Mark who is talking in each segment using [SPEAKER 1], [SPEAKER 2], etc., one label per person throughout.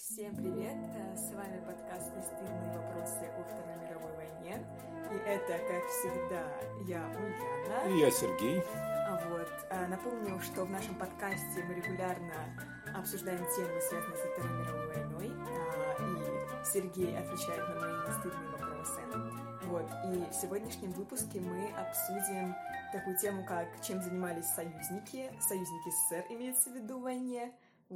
[SPEAKER 1] Всем привет! С вами подкаст «Нестырные вопросы о Второй мировой войне». И это, как всегда, я, Ульяна.
[SPEAKER 2] И я, Сергей.
[SPEAKER 1] Напомню, что в нашем подкасте мы регулярно обсуждаем темы, связанные со Второй мировой войной. И Сергей отвечает на мои нестырные вопросы. И в сегодняшнем выпуске мы обсудим такую тему, как чем занимались союзники СССР, имеется в виду в войне.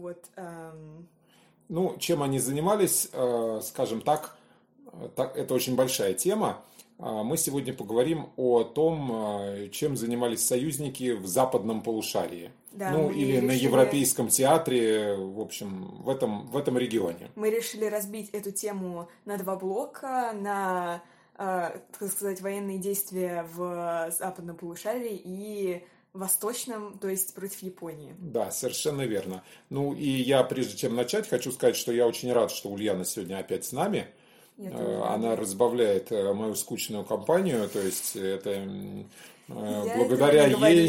[SPEAKER 2] Чем они занимались, скажем так, это очень большая тема. Мы сегодня поговорим о том, чем занимались союзники в западном полушарии. Или на Европейском театре, в общем, в этом регионе.
[SPEAKER 1] Мы решили разбить эту тему на два блока, на, так сказать, военные действия в западном полушарии и восточном, то есть против Японии.
[SPEAKER 2] Да, совершенно верно. И я, прежде чем начать, хочу сказать, что я очень рад, что Ульяна сегодня опять с нами. Она разбавляет мою скучную компанию, то есть это благодаря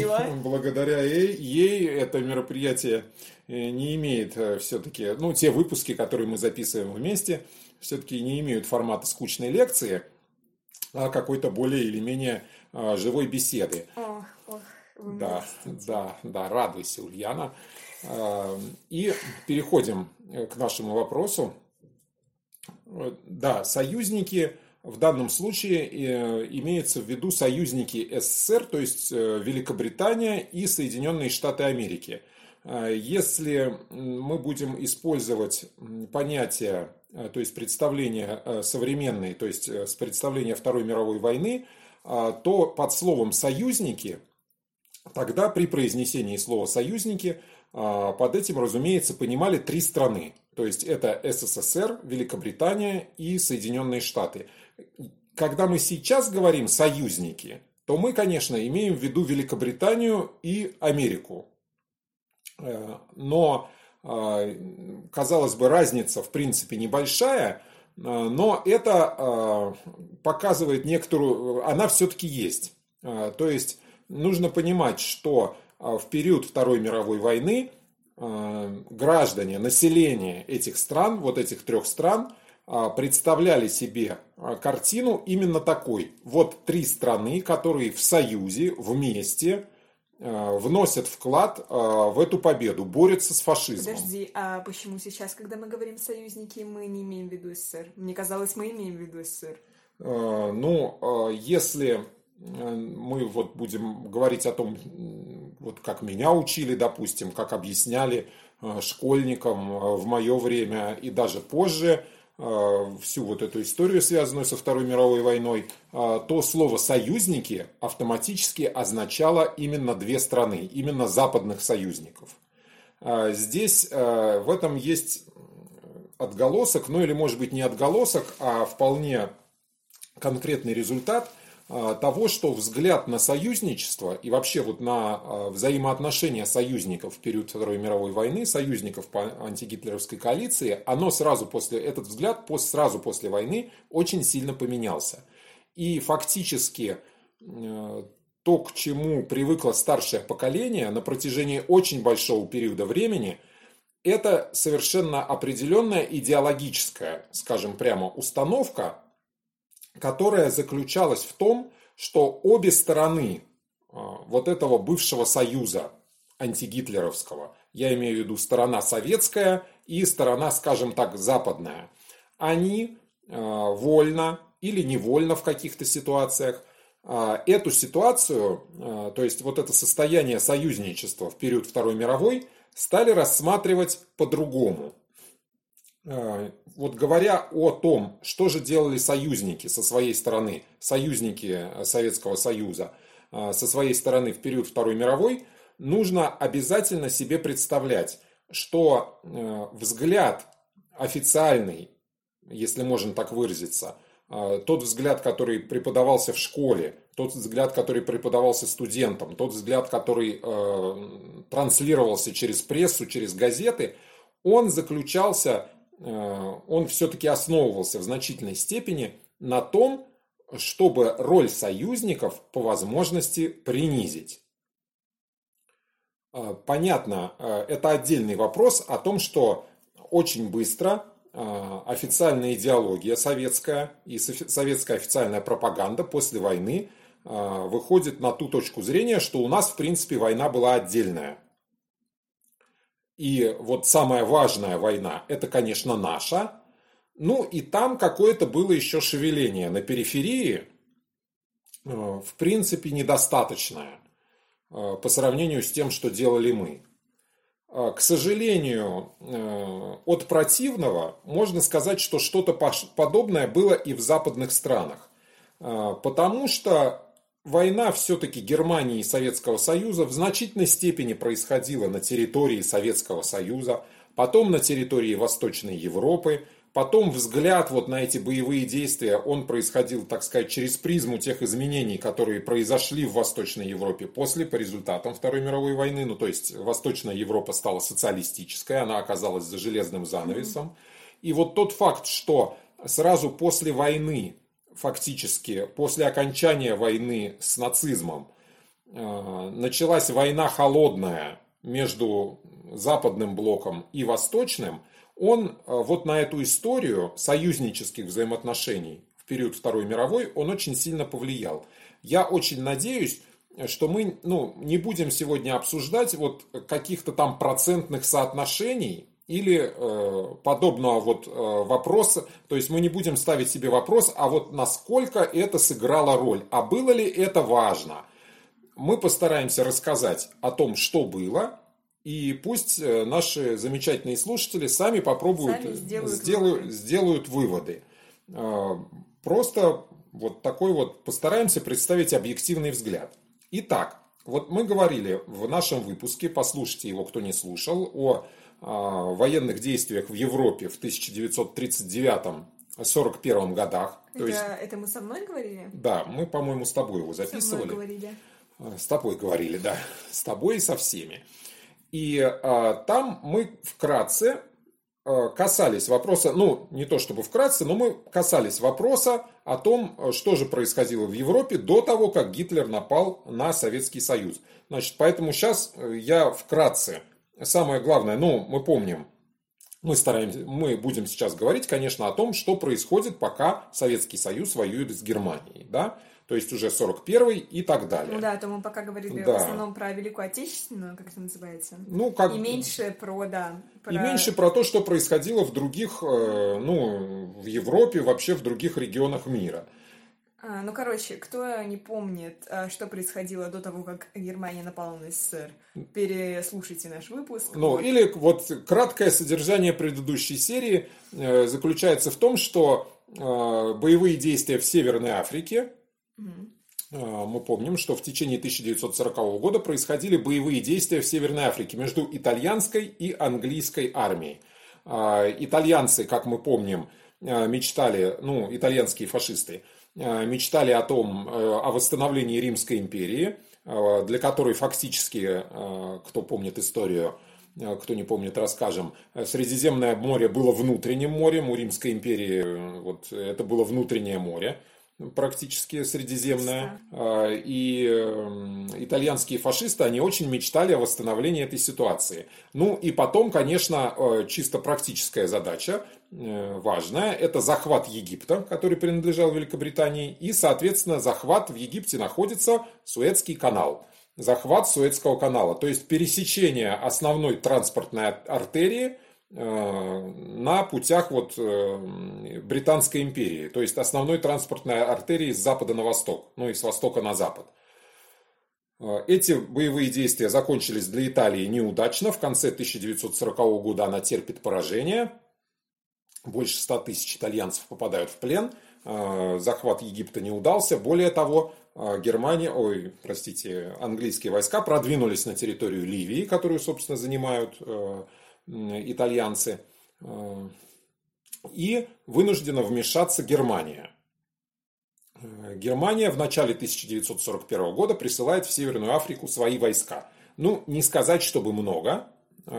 [SPEAKER 2] ей это мероприятие не имеет все-таки, те выпуски, которые мы записываем вместе, все-таки не имеют формата скучной лекции, а какой-то более или менее живой беседы. Да, радуйся, Ульяна. И переходим к нашему вопросу. Да, союзники, в данном случае имеется в виду союзники СССР, то есть Великобритания и Соединенные Штаты Америки. Если мы будем использовать понятия, то есть представления современные, то есть с представления Второй мировой войны, то под словом «союзники» тогда при произнесении слова «союзники» под этим, разумеется, понимали три страны. То есть это СССР, Великобритания и Соединенные Штаты. Когда мы сейчас говорим «союзники», то мы, конечно, имеем в виду Великобританию и Америку. Но, казалось бы, разница в принципе небольшая, но это показывает некоторую... Она все-таки есть. То есть нужно понимать, что в период Второй мировой войны граждане, население этих стран, вот этих трех стран, представляли себе картину именно такой. Вот три страны, которые в союзе, вместе вносят вклад в эту победу, борются с фашизмом.
[SPEAKER 1] Подожди, а почему сейчас, когда мы говорим «союзники», мы не имеем в виду СССР? Мне казалось, мы имеем в виду СССР.
[SPEAKER 2] Если мы будем говорить о том, как меня учили, допустим, как объясняли школьникам в мое время и даже позже всю эту историю, связанную со Второй мировой войной, то слово «союзники» автоматически означало именно две страны, именно западных союзников. Здесь в этом есть отголосок, или может быть не отголосок, а вполне конкретный результат того, что взгляд на союзничество и вообще на взаимоотношения союзников в период Второй мировой войны, союзников по антигитлеровской коалиции, этот взгляд сразу после войны очень сильно поменялся. И фактически то, к чему привыкло старшее поколение на протяжении очень большого периода времени, это совершенно определенная идеологическая, скажем прямо, установка, которая заключалась в том, что обе стороны этого бывшего союза антигитлеровского, я имею в виду сторона советская и сторона, скажем так, западная, они вольно или невольно в каких-то ситуациях эту ситуацию, то есть это состояние союзничества в период Второй мировой, стали рассматривать по-другому. Говоря о том, что же делали союзники со своей стороны, союзники Советского Союза со своей стороны в период Второй мировой, нужно обязательно себе представлять, что взгляд официальный, если можно так выразиться, тот взгляд, который преподавался в школе, тот взгляд, который преподавался студентам, тот взгляд, который транслировался через прессу, через газеты, он все-таки основывался в значительной степени на том, чтобы роль союзников по возможности принизить. Понятно, это отдельный вопрос о том, что очень быстро официальная идеология советская и советская официальная пропаганда после войны выходит на ту точку зрения, что у нас, в принципе, война была отдельная. И вот самая важная война, это, конечно, наша. Ну, и там какое-то было еще шевеление на периферии, в принципе, недостаточное по сравнению с тем, что делали мы. К сожалению, от противного можно сказать, что что-то подобное было и в западных странах. Потому что война все-таки Германии и Советского Союза в значительной степени происходила на территории Советского Союза, потом на территории Восточной Европы, потом взгляд вот на эти боевые действия, он происходил, так сказать, через призму тех изменений, которые произошли в Восточной Европе по результатам Второй мировой войны. Ну, то есть Восточная Европа стала социалистической, она оказалась за железным занавесом. И вот тот факт, что сразу после войны, фактически после окончания войны с нацизмом, началась война холодная между Западным блоком и Восточным, он вот на эту историю союзнических взаимоотношений в период Второй мировой, он очень сильно повлиял. Я очень надеюсь, что мы не будем сегодня обсуждать вот каких-то там процентных соотношений или подобного вот вопроса. То есть мы не будем ставить себе вопрос, а вот насколько это сыграло роль, а было ли это важно. Мы постараемся рассказать о том, что было. И пусть наши замечательные слушатели сами попробуют, сделают выводы. Просто вот такой вот постараемся представить объективный взгляд. Итак, вот мы говорили в нашем выпуске, послушайте его, кто не слушал, о военных действиях в Европе в 1939-41 годах.
[SPEAKER 1] Это мы со мной говорили?
[SPEAKER 2] Да, мы, по-моему, с тобой его записывали.
[SPEAKER 1] Со мной говорили.
[SPEAKER 2] С тобой говорили, да. С тобой и со всеми. И там мы вкратце касались вопроса, не то чтобы вкратце, но мы касались вопроса о том, что же происходило в Европе до того, как Гитлер напал на Советский Союз. Значит, поэтому сейчас я вкратце, самое главное, мы помним, мы будем сейчас говорить, конечно, о том, что происходит, пока Советский Союз воюет с Германией, да? То есть уже 41-й и так далее.
[SPEAKER 1] Ну да, то мы пока говорили в основном про Великую Отечественную, как это называется. И меньше
[SPEAKER 2] И меньше про то, что происходило в других, в Европе, вообще в других регионах мира.
[SPEAKER 1] Кто не помнит, что происходило до того, как Германия напала на СССР, переслушайте наш выпуск.
[SPEAKER 2] Или вот краткое содержание предыдущей серии заключается в том, что боевые действия в Северной Африке, мы помним, что в течение 1940 года происходили боевые действия в Северной Африке между итальянской и английской армией. Итальянцы, как мы помним, мечтали, итальянские фашисты, мечтали о восстановлении Римской империи, для которой фактически, кто помнит историю, кто не помнит, расскажем, Средиземное море было внутренним морем, у Римской империи это было внутреннее море, практически средиземное. И итальянские фашисты, они очень мечтали о восстановлении этой ситуации. И потом, конечно, чисто практическая задача, важная, это захват Египта, который принадлежал Великобритании, и, соответственно, захват в Египте находится Суэцкий канал. Захват Суэцкого канала, то есть пересечение основной транспортной артерии на путях Британской империи, то есть основной транспортной артерии с запада на восток, и с востока на запад. Эти боевые действия закончились для Италии неудачно. В конце 1940 года она терпит поражение. Больше 100 тысяч итальянцев попадают в плен. Захват Египта не удался. Более того, английские войска продвинулись на территорию Ливии, которую, собственно, занимают итальянцы, и вынуждена вмешаться Германия. Германия в начале 1941 года присылает в Северную Африку свои войска. Не сказать, чтобы много,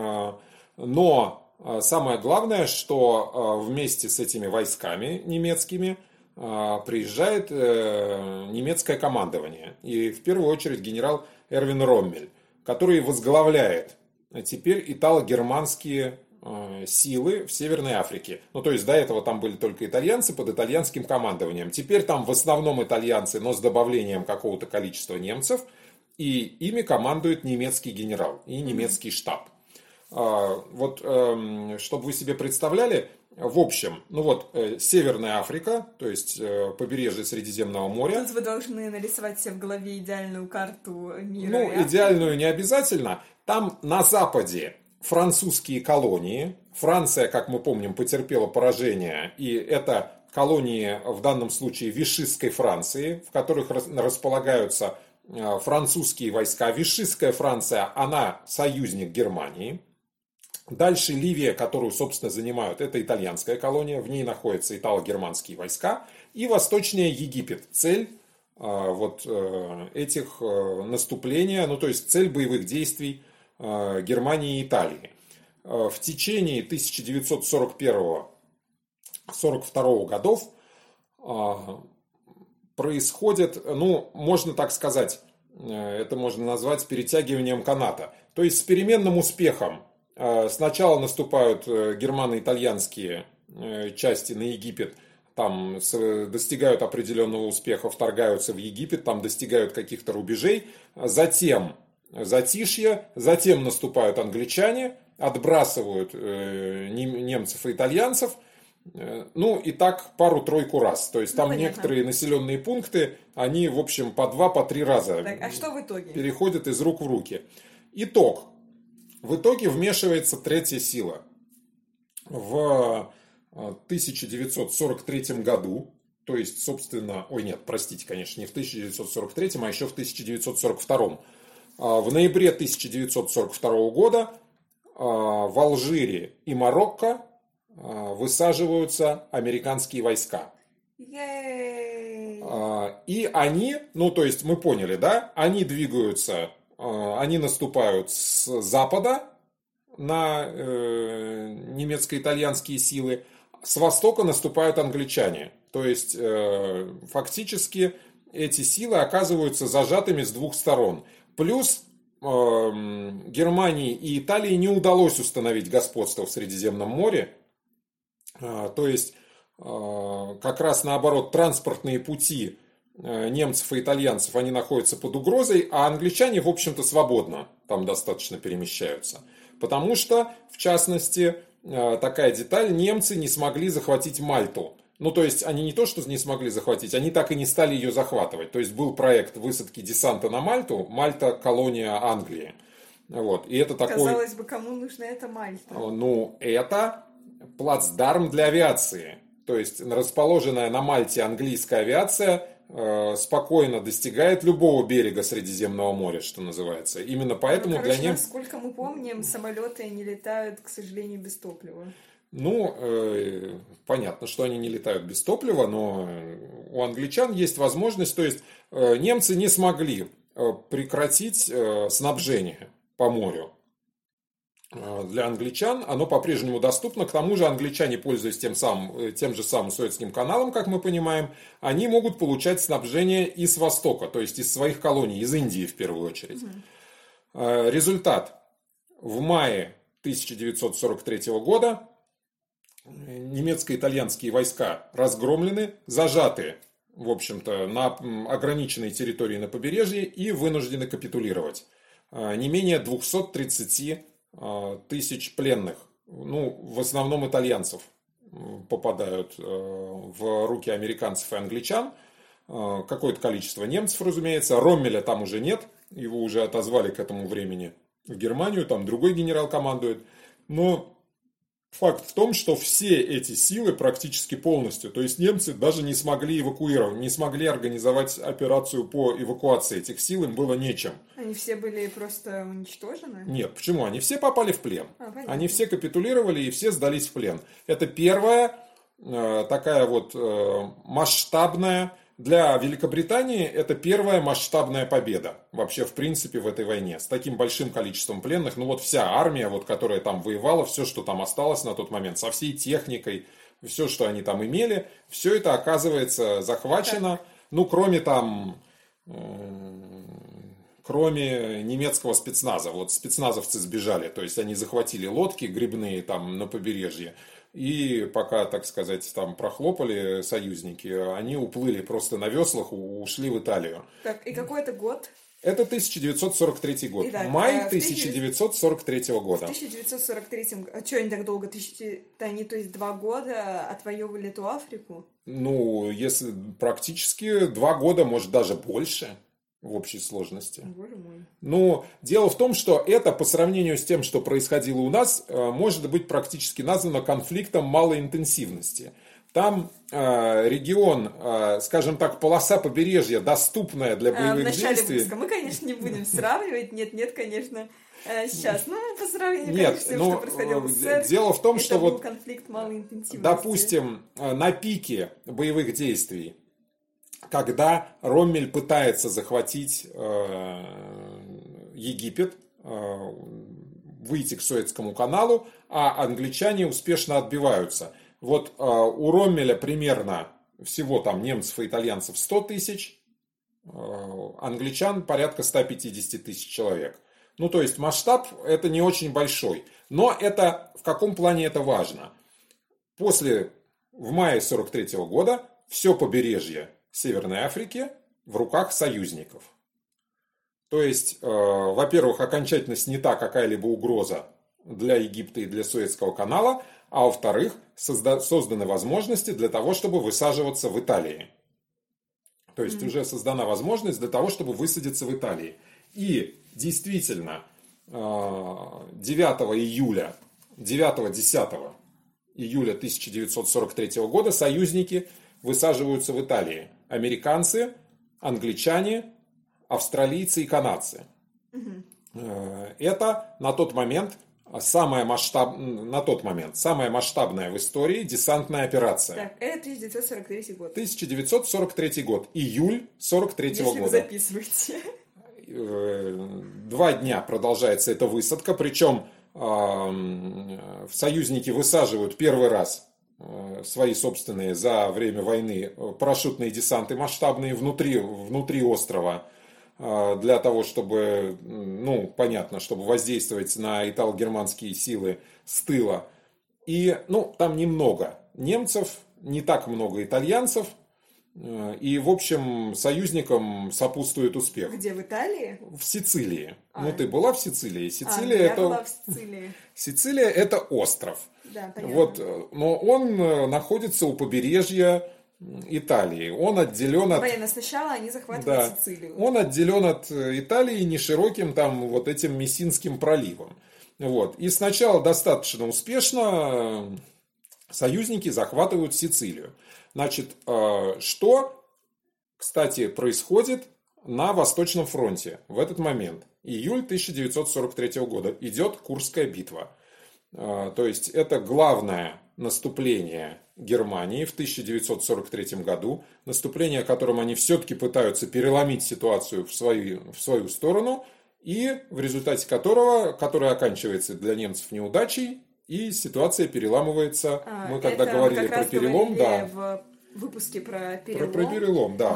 [SPEAKER 2] но самое главное, что вместе с этими войсками немецкими приезжает немецкое командование. И в первую очередь генерал Эрвин Роммель, который возглавляет теперь итало-германские силы в Северной Африке. Ну, то есть до этого там были только итальянцы под итальянским командованием. Теперь там в основном итальянцы, но с добавлением какого-то количества немцев. И ими командует немецкий генерал и немецкий штаб. Вот, чтобы вы себе представляли, в общем, ну вот, Северная Африка, то есть побережье Средиземного моря.
[SPEAKER 1] Тут вы должны нарисовать себе в голове идеальную карту мира.
[SPEAKER 2] Ну, идеальную не обязательно. Там на западе французские колонии. Франция, как мы помним, потерпела поражение. И это колонии, в данном случае, Вишистской Франции, в которых располагаются французские войска. Вишистская Франция, она союзник Германии. Дальше Ливия, которую, собственно, занимают, это итальянская колония, в ней находятся итало-германские войска. И Восточный Египет, цель вот этих наступления, ну то есть цель боевых действий Германии и Италии. В течение 1941-1942 годов происходит, ну можно так сказать, это можно назвать перетягиванием каната. То есть с переменным успехом. Сначала наступают германо-итальянские части на Египет, там достигают определенного успеха, вторгаются в Египет, там достигают каких-то рубежей. Затем затишье, затем наступают англичане, отбрасывают немцев и итальянцев. Ну и так пару-тройку раз. То есть там некоторые населенные пункты, они в общем по 2-3 раза
[SPEAKER 1] так, а что в итоге?
[SPEAKER 2] Переходят из рук в руки. Итог. В итоге вмешивается третья сила. В 1943 году, то есть, собственно, конечно, не в 1943, а еще в 1942. В ноябре 1942 года в Алжире и Марокко высаживаются американские войска. И они, ну то есть мы поняли, да, они двигаются, они наступают с запада на немецко-итальянские силы, с востока наступают англичане. То есть фактически эти силы оказываются зажатыми с двух сторон. Плюс Германии и Италии не удалось установить господство в Средиземном море. То есть как раз наоборот, транспортные пути немцев и итальянцев, они находятся под угрозой, а англичане, в общем-то, свободно там достаточно перемещаются. Потому что, в частности, такая деталь, немцы не смогли захватить Мальту. Ну, то есть, они не то, что не смогли захватить, они так и не стали ее захватывать. То есть, был проект высадки десанта на Мальту, Мальта – колония Англии. Вот. И это такой...
[SPEAKER 1] Казалось бы, кому нужна эта Мальта?
[SPEAKER 2] Ну, это плацдарм для авиации. То есть, расположенная на Мальте английская авиация спокойно достигает любого берега Средиземного моря, что называется. Именно поэтому для немцев...
[SPEAKER 1] Насколько мы помним, самолеты не летают, к сожалению, без топлива.
[SPEAKER 2] Ну, понятно, что они не летают без топлива, но у англичан есть возможность, то есть немцы не смогли прекратить снабжение по морю. Для англичан оно по-прежнему доступно. К тому же англичане, пользуясь тем же самым Суэцким каналом, как мы понимаем, они могут получать снабжение и с востока, то есть из своих колоний, из Индии в первую очередь. Результат. В мае 1943 года немецко-итальянские войска разгромлены, зажаты, в общем-то, на ограниченной территории на побережье и вынуждены капитулировать. Не менее 230 тысяч пленных, ну, в основном итальянцев, попадают в руки американцев и англичан. Какое-то количество немцев, разумеется. Роммеля там уже нет, его уже отозвали к этому времени в Германию, там другой генерал командует. Но факт в том, что все эти силы практически полностью, то есть немцы даже не смогли эвакуировать, не смогли организовать операцию по эвакуации этих сил, им было нечем.
[SPEAKER 1] Они все были просто уничтожены?
[SPEAKER 2] Нет, почему? Они все попали в плен. Они все капитулировали и все сдались в плен. Это первая такая вот масштабная, для Великобритании это первая масштабная победа вообще в принципе в этой войне. С таким большим количеством пленных. Ну вот вся армия, вот, которая там воевала, все, что там осталось на тот момент, со всей техникой, все, что они там имели, все это оказывается захвачено. Ну кроме там кроме немецкого спецназа. Вот спецназовцы сбежали, то есть они захватили лодки грибные там на побережье. И пока, так сказать, там прохлопали союзники, они уплыли просто на веслах, ушли в Италию.
[SPEAKER 1] Так, и какой это год?
[SPEAKER 2] Это 1943 год.
[SPEAKER 1] Итак,
[SPEAKER 2] Май 1943 года.
[SPEAKER 1] В 1943-м, а что они так долго? Они, то есть, 2 года отвоевывали эту Африку?
[SPEAKER 2] Ну, если практически 2 года, может даже больше в общей сложности.
[SPEAKER 1] Боже мой.
[SPEAKER 2] Но дело в том, что это по сравнению с тем, что происходило у нас, может быть практически названо конфликтом малой интенсивности. Там регион, скажем так, полоса побережья, доступная для боевых
[SPEAKER 1] в начале
[SPEAKER 2] действий.
[SPEAKER 1] выпуска мы, конечно, не будем сравнивать. Нет, конечно. Сейчас, по сравнению,
[SPEAKER 2] Нет,
[SPEAKER 1] конечно, с тем, что происходило в СССР,
[SPEAKER 2] дело в том, что
[SPEAKER 1] это был
[SPEAKER 2] вот,
[SPEAKER 1] конфликт малой интенсивности.
[SPEAKER 2] допустим, на пике боевых действий, когда Роммель пытается захватить Египет, выйти к Суэцкому каналу, а англичане успешно отбиваются. Вот у Роммеля примерно всего там немцев и итальянцев 100 тысяч, англичан порядка 150 тысяч человек. Ну, то есть масштаб это не очень большой. Но это в каком плане это важно? В мае 1943 года все побережье Северной Африки в руках союзников. То есть, во-первых, окончательно снята какая-либо угроза для Египта и для Суэцкого канала, а во-вторых, созданы возможности для того, чтобы высаживаться в Италии. То есть уже создана возможность для того, чтобы высадиться в Италии. И действительно, 9-10 июля 1943 года союзники высаживаются в Италии. Американцы, англичане, австралийцы и канадцы. Это на тот момент самая масштабная в истории десантная операция.
[SPEAKER 1] Так, это 1943 год.
[SPEAKER 2] 1943 год, июль 1943 года.
[SPEAKER 1] Если вы записываете.
[SPEAKER 2] 2 дня продолжается эта высадка, причем союзники высаживают первый раз свои собственные за время войны парашютные десанты масштабные внутри острова, для того, чтобы, понятно, чтобы воздействовать на итало-германские силы с тыла. И, там немного немцев, не так много итальянцев, и, в общем, союзникам сопутствует успех.
[SPEAKER 1] Где, в Италии?
[SPEAKER 2] В Сицилии. Ты была в Сицилии?
[SPEAKER 1] Я была в Сицилии.
[SPEAKER 2] Сицилия – это остров.
[SPEAKER 1] Да, понятно.
[SPEAKER 2] Вот, но он находится у побережья Италии. Он отделен от...
[SPEAKER 1] Понятно, сначала они захватывают Сицилию.
[SPEAKER 2] Он отделен от Италии нешироким там вот этим Мессинским проливом. Вот. И сначала достаточно успешно союзники захватывают Сицилию. Значит, что, кстати, происходит на Восточном фронте в этот момент? Июль 1943 года. Идет Курская битва. То есть это главное наступление Германии в 1943 году. Наступление, которым они все-таки пытаются переломить ситуацию в свою сторону. И в результате которое оканчивается для немцев неудачей. И ситуация переламывается. Мы когда говорили про перелом,
[SPEAKER 1] в выпуске про перелом.
[SPEAKER 2] Про перелом, да.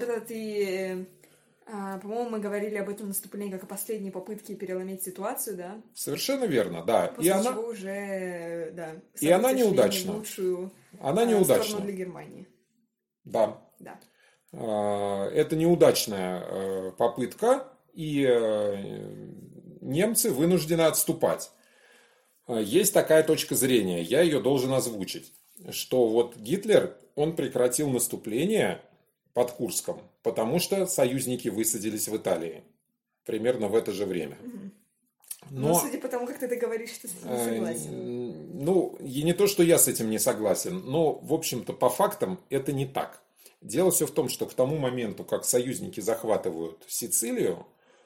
[SPEAKER 1] По-моему, мы говорили об этом наступлении как о последней попытке переломить ситуацию, да?
[SPEAKER 2] Совершенно верно, да.
[SPEAKER 1] После чего уже,
[SPEAKER 2] и она неудачна.
[SPEAKER 1] Лучшую
[SPEAKER 2] сторону
[SPEAKER 1] для Германии.
[SPEAKER 2] Да. Это неудачная попытка, и немцы вынуждены отступать. Есть такая точка зрения, я ее должен озвучить, что вот Гитлер, он прекратил наступление под Курском, потому что союзники высадились в Италии примерно в это же время.
[SPEAKER 1] Но судя по тому, как ты говоришь, что с этим не согласен.
[SPEAKER 2] И не то, что я с этим не согласен, но, в общем-то, по фактам это не так. Дело все в том, что к тому моменту, как союзники захватывают Сицилию,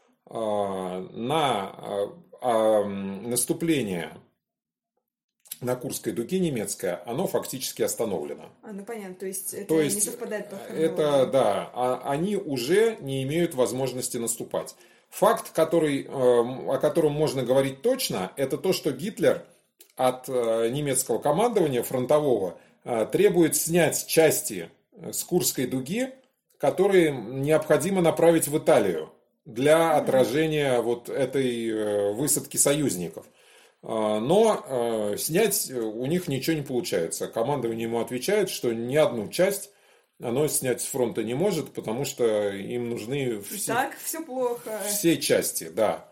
[SPEAKER 2] наступление на Курской дуге немецкое, оно фактически остановлено.
[SPEAKER 1] Понятно, то есть это не совпадает по
[SPEAKER 2] хронологии. Они уже не имеют возможности наступать. Факт, о котором можно говорить точно, это то, что Гитлер от немецкого командования фронтового требует снять части с Курской дуги, которые необходимо направить в Италию для отражения вот этой высадки союзников. Но снять у них ничего не получается. Командование ему отвечает, что ни одну часть оно снять с фронта не может, потому что им нужны
[SPEAKER 1] Так, все плохо.
[SPEAKER 2] все части, да.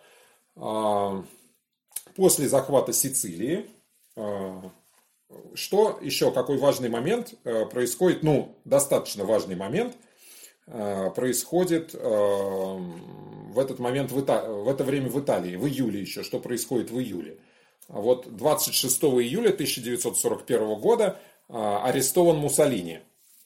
[SPEAKER 2] После захвата Сицилии, что еще, какой важный момент происходит, ну, достаточно важный момент происходит в этот момент, в это время в Италии, в июле еще, что происходит в июле. Вот 26 июля 1941 года арестован Муссолини.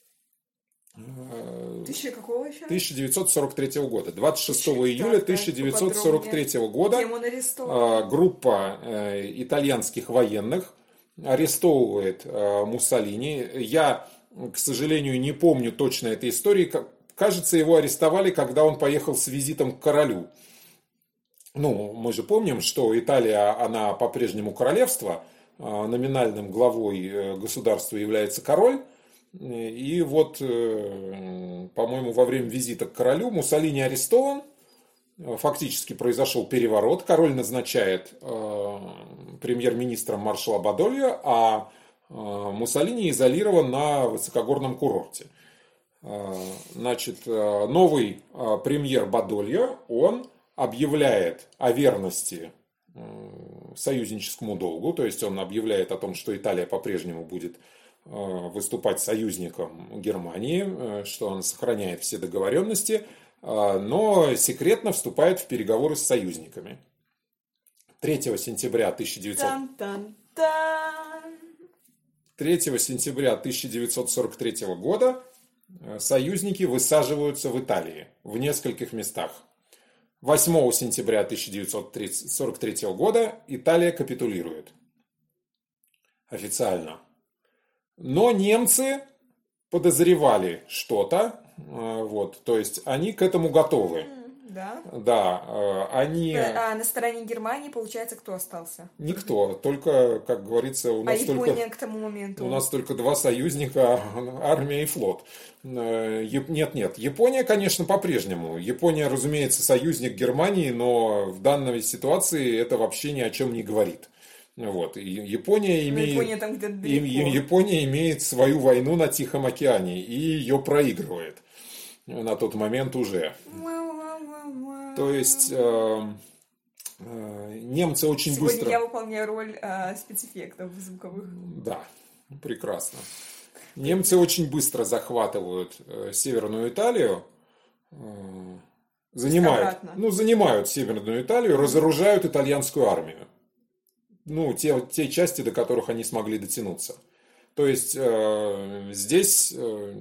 [SPEAKER 1] Какого еще?
[SPEAKER 2] 1943 года. 26 июля 1943 года
[SPEAKER 1] Кем он арестован?
[SPEAKER 2] группа итальянских военных арестовывает Муссолини. Я, к сожалению, не помню точно этой истории. Кажется, его арестовали, когда он поехал с визитом к королю. Ну, мы же помним, что Италия, она по-прежнему королевство. Номинальным главой государства является король. И вот, по-моему, во время визита к королю Муссолини арестован. Фактически произошел переворот. Король назначает премьер-министром маршала Бадольо, а Муссолини изолирован на высокогорном курорте. Значит, новый премьер Бадольо, он объявляет о верности союзническому долгу, то есть он объявляет о том, что Италия по-прежнему будет выступать союзником Германии, что он сохраняет все договоренности, но секретно вступает в переговоры с союзниками. 3 сентября 1943 года союзники высаживаются в Италии в нескольких местах. 8 сентября 1943 года Италия капитулирует официально. Но немцы подозревали что-то, вот, то есть они к этому готовы.
[SPEAKER 1] Да?
[SPEAKER 2] Да, они...
[SPEAKER 1] А на стороне Германии, получается, кто остался?
[SPEAKER 2] Никто, только, как говорится, у нас
[SPEAKER 1] Япония к тому моменту?
[SPEAKER 2] У нас только два союзника, армия и флот. Нет, Япония, конечно, по-прежнему. Япония, разумеется, союзник Германии, но в данной ситуации это вообще ни о чем не говорит. Вот. Япония имеет свою войну на Тихом океане и ее проигрывает на тот момент уже. То есть немцы очень быстро...
[SPEAKER 1] Сегодня я выполняю роль спецэффектов звуковых.
[SPEAKER 2] Да, прекрасно. Немцы очень быстро захватывают Северную Италию, занимают Северную Италию, разоружают итальянскую армию. Ну, те части, до которых они смогли дотянуться. То есть здесь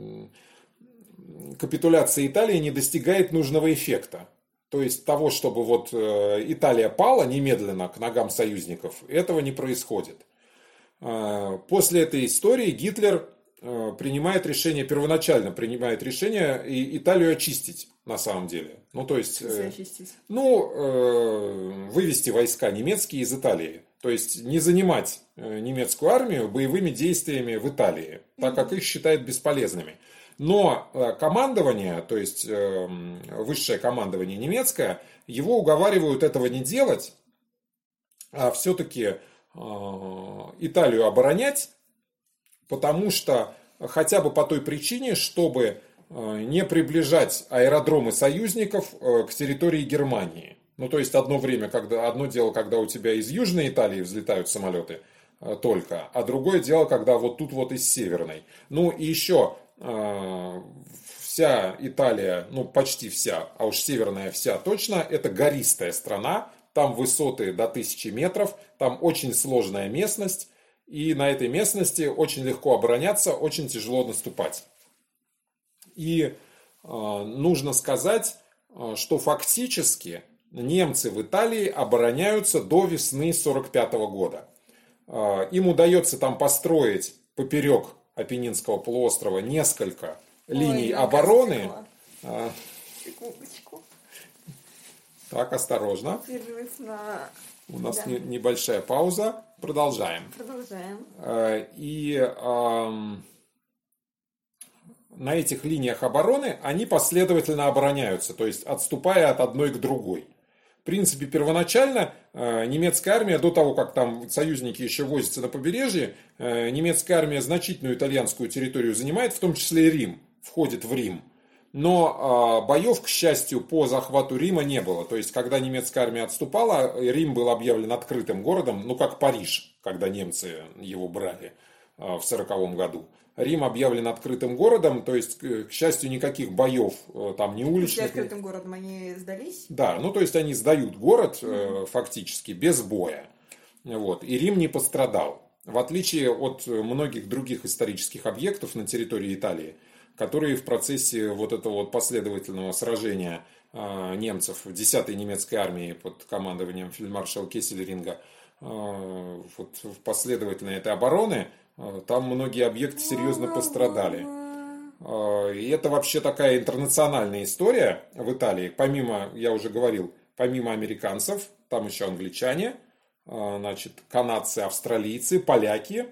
[SPEAKER 2] капитуляция Италии не достигает нужного эффекта. То есть того, чтобы вот Италия пала немедленно к ногам союзников, этого не происходит. После этой истории Гитлер первоначально принимает решение Италию очистить на самом деле. Ну, то есть, вывести войска немецкие из Италии. То есть не занимать немецкую армию боевыми действиями в Италии, так как их считают бесполезными. Но командование, то есть высшее командование немецкое, его уговаривают этого не делать, а все-таки Италию оборонять, потому что хотя бы по той причине, чтобы не приближать аэродромы союзников к территории Германии. Ну, то есть одно дело, когда у тебя из Южной Италии взлетают самолеты только, а другое дело, когда вот тут вот из Северной. Ну, и еще вся Италия, ну, почти вся, а уж северная вся точно, это гористая страна, там высоты до 1000 метров, там очень сложная местность, и на этой местности очень легко обороняться, очень тяжело наступать. И нужно сказать, что фактически немцы в Италии обороняются до весны 1945 года. Им удается там построить поперек Апеннинского полуострова несколько линий обороны.
[SPEAKER 1] Секундочку.
[SPEAKER 2] Так, осторожно. У нас небольшая пауза. Продолжаем.
[SPEAKER 1] Продолжаем.
[SPEAKER 2] И на этих линиях обороны они последовательно обороняются, то есть отступая от одной к другой. В принципе, первоначально немецкая армия, до того, как там союзники еще возятся на побережье, немецкая армия значительную итальянскую территорию занимает, в том числе и Рим, входит в Рим. Но боев, к счастью, по захвату Рима не было. То есть, когда немецкая армия отступала, Рим был объявлен открытым городом, ну как Париж, когда немцы его брали в 1940 году. Рим объявлен открытым городом, то есть, к счастью, никаких боев там не уличных.
[SPEAKER 1] После открытым городом они сдались?
[SPEAKER 2] Да, ну то есть они сдают город фактически без боя. Вот. И Рим не пострадал. В отличие от многих других исторических объектов на территории Италии, которые в процессе вот этого вот последовательного сражения немцев в 10-й немецкой армии под командованием фельдмаршала Кессельринга, вот в последовательной этой обороны, там многие объекты серьезно пострадали. И это вообще такая интернациональная история в Италии. Помимо, я уже говорил, помимо американцев, там еще англичане, значит, канадцы, австралийцы, поляки.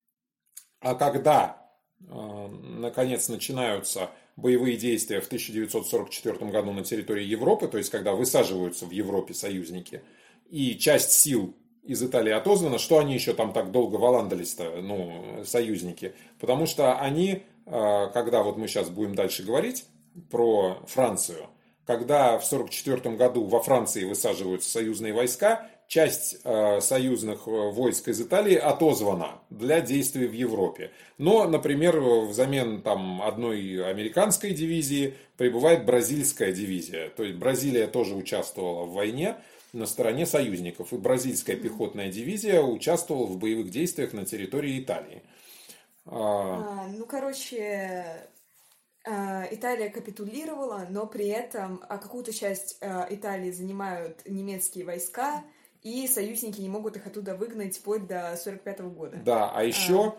[SPEAKER 2] А когда, наконец, начинаются боевые действия в 1944 году на территории Европы, то есть когда высаживаются в Европе союзники, и часть сил из Италии отозвана, что они еще там так долго валандались-то, ну, союзники? Потому что они, когда вот мы сейчас будем дальше говорить про Францию, когда в 1944 году во Франции высаживаются союзные войска, часть союзных войск из Италии отозвана для действий в Европе. Но, например, взамен там одной американской дивизии прибывает бразильская дивизия. То есть Бразилия тоже участвовала в войне на стороне союзников. И бразильская пехотная дивизия участвовала в боевых действиях на территории Италии.
[SPEAKER 1] Ну, короче, Италия капитулировала, но при этом какую-то часть Италии занимают немецкие войска, и союзники не могут их оттуда выгнать вплоть до 1945 года.
[SPEAKER 2] Да, а еще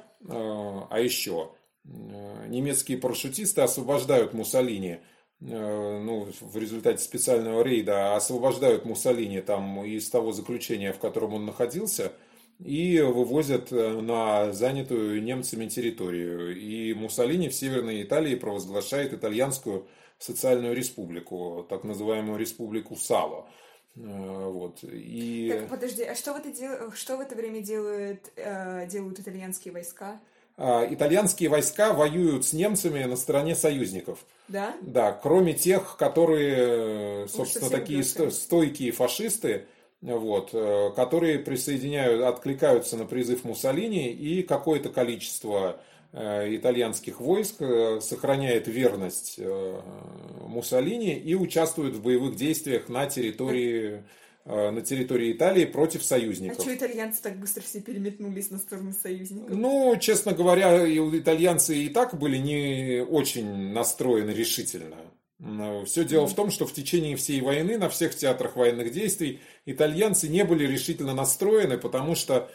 [SPEAKER 2] немецкие парашютисты освобождают Муссолини, ну, в результате специального рейда освобождают Муссолини там из того заключения, в котором он находился, и вывозят на занятую немцами территорию. И Муссолини в Северной Италии провозглашает итальянскую социальную республику, так называемую республику Сало. Вот. И...
[SPEAKER 1] Так, подожди, а что в это время делают итальянские войска?
[SPEAKER 2] Итальянские войска воюют с немцами на стороне союзников.
[SPEAKER 1] Да?
[SPEAKER 2] Да, кроме тех, которые, собственно, такие стойкие фашисты, вот, которые откликаются на призыв Муссолини, и какое-то количество итальянских войск сохраняет верность Муссолини и участвует в боевых действиях на территории Италии против союзников.
[SPEAKER 1] А что итальянцы так быстро все переметнулись на сторону союзников?
[SPEAKER 2] Ну, честно говоря, итальянцы и так были не очень настроены решительно. Все дело в том, что в течение всей войны, на всех театрах военных действий, итальянцы не были решительно настроены, потому что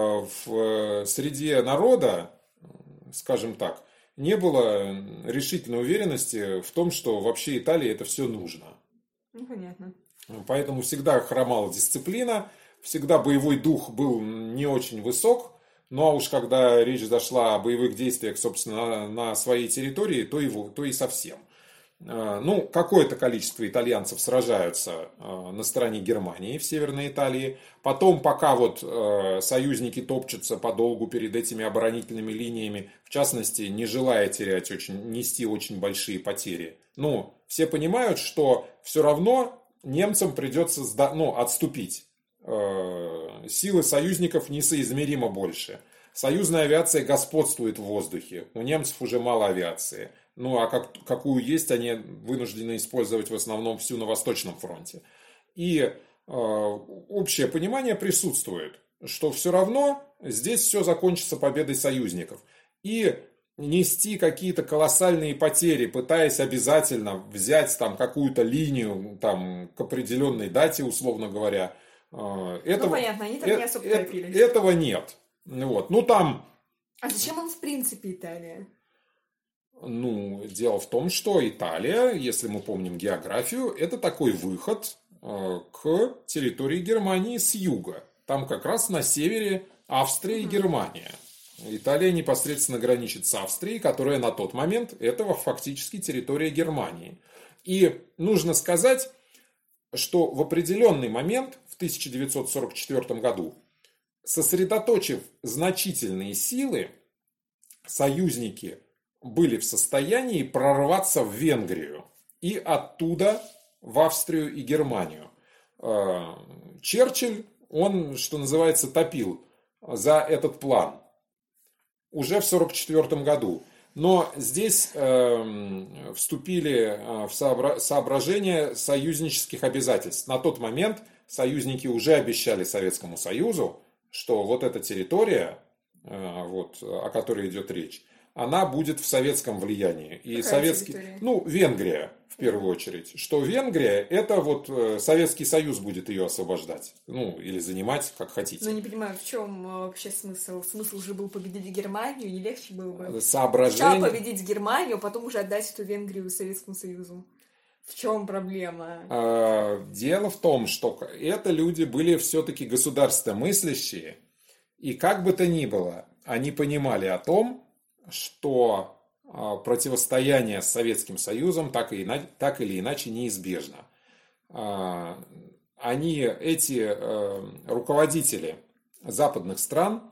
[SPEAKER 2] в среде народа, скажем так, не было решительной уверенности в том, что вообще Италии это все нужно.
[SPEAKER 1] Ну, понятно.
[SPEAKER 2] Поэтому всегда хромала дисциплина, всегда боевой дух был не очень высок. Ну а уж когда речь зашла о боевых действиях, собственно, на своей территории, то и совсем. Ну, какое-то количество итальянцев сражаются на стороне Германии в Северной Италии. Потом, пока вот союзники топчутся подолгу перед этими оборонительными линиями, в частности, не желая нести очень большие потери. Ну, все понимают, что все равно немцам придется отступить. Силы союзников несоизмеримо больше. Союзная авиация господствует в воздухе. У немцев уже мало авиации. Ну, а какую есть, они вынуждены использовать в основном всю на Восточном фронте. И общее понимание присутствует, что все равно здесь все закончится победой союзников. И нести какие-то колоссальные потери, пытаясь обязательно взять там какую-то линию там, к определенной дате, условно говоря,
[SPEAKER 1] понятно, они там не особо торопились.
[SPEAKER 2] Этого нет. Вот. Ну, там...
[SPEAKER 1] А зачем им в принципе Италия?
[SPEAKER 2] Ну, дело в том, что Италия, если мы помним географию, это такой выход к территории Германии с юга. Там как раз на севере Австрия и Германия. Италия непосредственно граничит с Австрией, которая на тот момент этого фактически территория Германии. И нужно сказать, что в определенный момент, в 1944 году, сосредоточив значительные силы, союзники были в состоянии прорваться в Венгрию и оттуда в Австрию и Германию. Черчилль, он, что называется, топил за этот план уже в 1944 году. Но здесь вступили в соображения союзнических обязательств. На тот момент союзники уже обещали Советскому Союзу, что вот эта территория, вот, о которой идет речь, она будет в советском влиянии. И
[SPEAKER 1] территория?
[SPEAKER 2] Венгрия в первую очередь. Что Венгрия, это вот Советский Союз будет ее освобождать. Или занимать, как хотите.
[SPEAKER 1] Не понимаю, в чем вообще смысл? Смысл уже был победить Германию, не легче было бы
[SPEAKER 2] сначала
[SPEAKER 1] победить Германию, а потом уже отдать эту Венгрию Советскому Союзу. В чем проблема?
[SPEAKER 2] Дело в том, что это люди были все-таки государствомыслящие, и как бы то ни было, они понимали о том, что противостояние с Советским Союзом так или иначе неизбежно. Эти руководители западных стран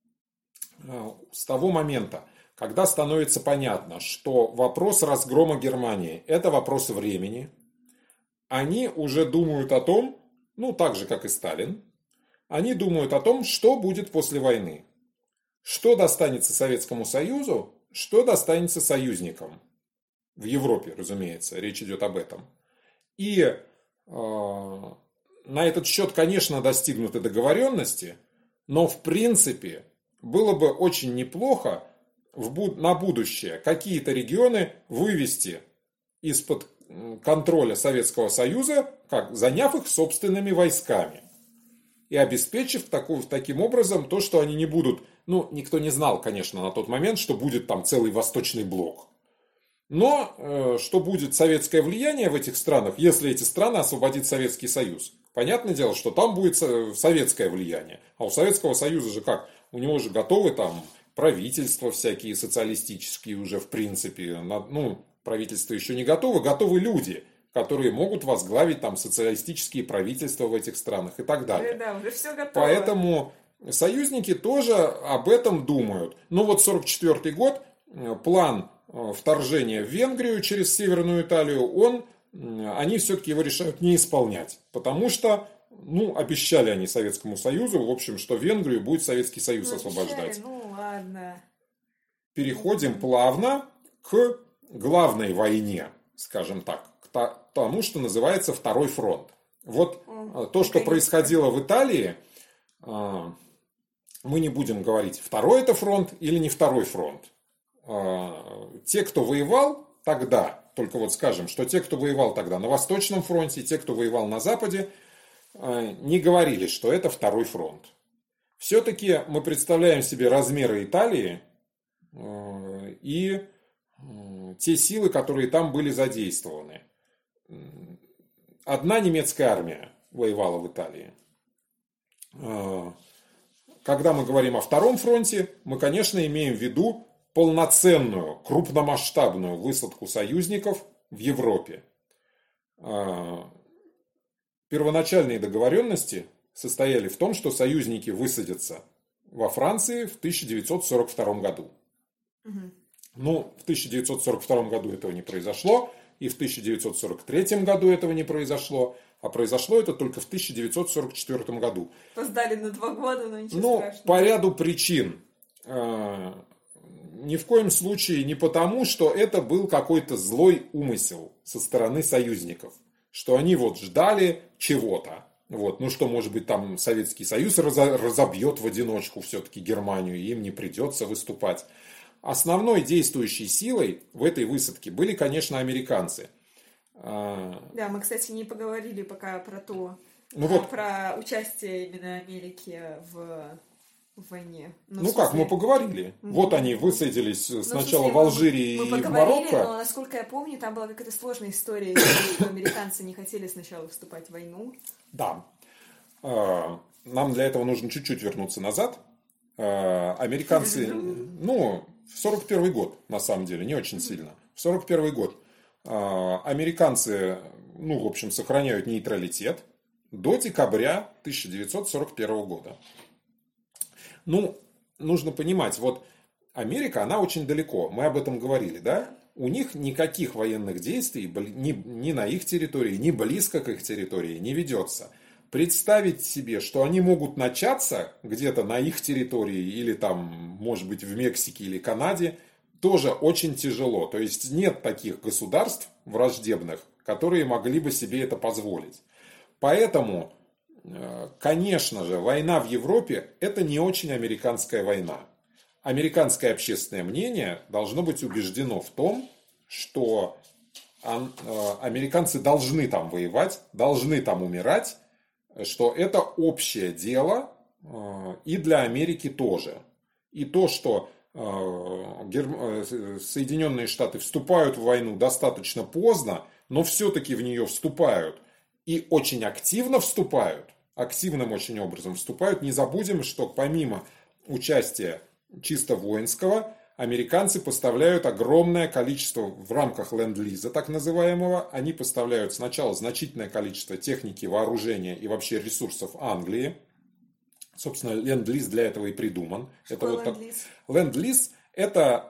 [SPEAKER 2] с того момента, когда становится понятно, что вопрос разгрома Германии – это вопрос времени, они уже думают о том, так же, как и Сталин, они думают о том, что будет после войны. Что достанется Советскому Союзу, что достанется союзникам. В Европе, разумеется, речь идет об этом. И на этот счет, конечно, достигнуты договоренности, но в принципе было бы очень неплохо на будущее какие-то регионы вывести из-под контроля Советского Союза, заняв их собственными войсками. И обеспечив таким образом то, что они не будут... никто не знал, конечно, на тот момент, что будет там целый Восточный блок. Но что будет советское влияние в этих странах, если эти страны освободит Советский Союз. Понятное дело, что там будет советское влияние. А у Советского Союза же как? У него же готовы там правительства всякие социалистические уже в принципе. Правительства еще не готовы, готовы люди, которые могут возглавить там социалистические правительства в этих странах и так далее.
[SPEAKER 1] Да, уже все готово.
[SPEAKER 2] Поэтому союзники тоже об этом думают. 1944 год, план вторжения в Венгрию через Северную Италию, они все-таки его решают не исполнять. Потому что, обещали они Советскому Союзу, в общем, что Венгрию будет Советский Союз освобождать.
[SPEAKER 1] Ладно.
[SPEAKER 2] Переходим плавно к главной войне, скажем так, к тому, что называется Второй фронт. Вот то, что происходило в Италии, мы не будем говорить, второй это фронт или не второй фронт. Те, кто воевал тогда, только вот скажем, что те, кто воевал тогда на Восточном фронте, те, кто воевал на Западе, не говорили, что это второй фронт. Все-таки мы представляем себе размеры Италии и те силы, которые там были задействованы. Одна немецкая армия воевала в Италии. Когда мы говорим о Втором фронте, мы, конечно, имеем в виду полноценную, крупномасштабную высадку союзников в Европе. Первоначальные договоренности состояли в том, что союзники высадятся во Франции в 1942 году. В 1942 году этого не произошло, и в 1943 году этого не произошло, а произошло это только в 1944 году.
[SPEAKER 1] Опоздали на 2 года, но ничего страшного.
[SPEAKER 2] По ряду причин. Ни в коем случае не потому, что это был какой-то злой умысел со стороны союзников, что они ждали чего-то. Что, может быть, там Советский Союз разобьет в одиночку все-таки Германию, и им не придется выступать. Основной действующей силой в этой высадке были, конечно, американцы.
[SPEAKER 1] Да, мы, кстати, не поговорили пока про про участие именно Америки в войне.
[SPEAKER 2] Мы поговорили. Они высадились сначала в Алжире и в Марокко.
[SPEAKER 1] Но, насколько я помню, там была какая-то сложная история, где американцы не хотели сначала вступать в войну.
[SPEAKER 2] Да. Нам для этого нужно чуть-чуть вернуться назад. Американцы, ну, в 41 год, на самом деле, не очень сильно. В 41 год американцы, ну, в общем, сохраняют нейтралитет до декабря 1941 года. Ну, нужно понимать, вот Америка, она очень далеко, мы об этом говорили, да? У них никаких военных действий ни на их территории, ни близко к их территории не ведется. Представить себе, что они могут начаться где-то на их территории или там, может быть, в Мексике или Канаде, тоже очень тяжело. То есть нет таких государств враждебных, которые могли бы себе это позволить. Поэтому, конечно же, война в Европе – это не очень американская война. Американское общественное мнение должно быть убеждено в том, что американцы должны там воевать, должны там умирать, что это общее дело и для Америки тоже. И то, что Соединенные Штаты вступают в войну достаточно поздно, но все-таки в нее вступают и очень активно вступают, активным очень образом вступают. Не забудем, что помимо участия чисто воинского, американцы поставляют огромное количество в рамках ленд-лиза, так называемого. Они поставляют сначала значительное количество техники, вооружения и вообще ресурсов Англии. Собственно, ленд-лиз для этого и придуман.
[SPEAKER 1] Это вот ленд-лиз?
[SPEAKER 2] Ленд-лиз это,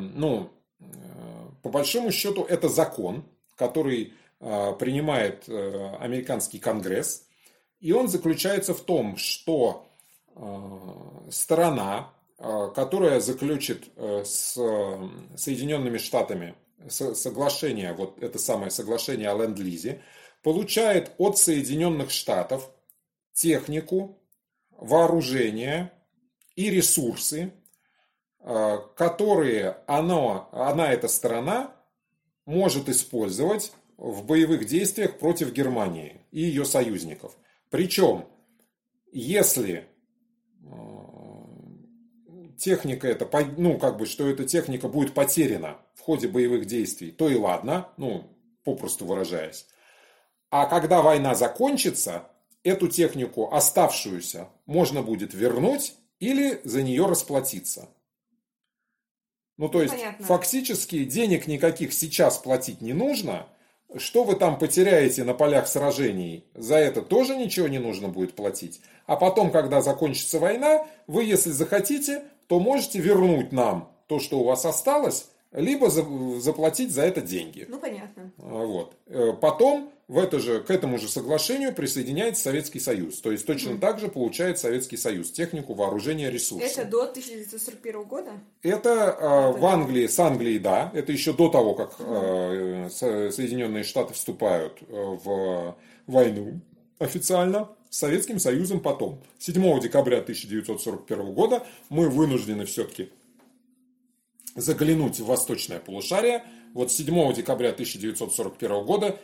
[SPEAKER 2] по большому счету, это закон, который принимает американский конгресс. И он заключается в том, что сторона, которая заключит с Соединенными Штатами соглашение, вот это самое соглашение о ленд-лизе, получает от Соединенных Штатов технику, вооружение и ресурсы, которые эта сторона может использовать в боевых действиях против Германии и ее союзников. Причем, если техника эта, что эта техника будет потеряна в ходе боевых действий, то и ладно, попросту выражаясь. А когда война закончится, эту технику, оставшуюся, можно будет вернуть или за нее расплатиться. То есть,
[SPEAKER 1] понятно.
[SPEAKER 2] Фактически денег никаких сейчас платить не нужно. Что вы там потеряете на полях сражений, за это тоже ничего не нужно будет платить. А потом, когда закончится война, вы, если захотите, то можете вернуть нам то, что у вас осталось, либо заплатить за это деньги.
[SPEAKER 1] Понятно.
[SPEAKER 2] Вот. Потом к этому же соглашению присоединяется Советский Союз. То есть точно так же получает Советский Союз технику, вооружение, ресурсы.
[SPEAKER 1] Это до 1941 года?
[SPEAKER 2] Это в Англии, с Англией, да. Это еще до того, как Соединенные Штаты вступают в войну официально. С Советским Союзом потом. 7 декабря 1941 года мы вынуждены все-таки заглянуть в восточное полушарие. Вот 7 декабря 1941 года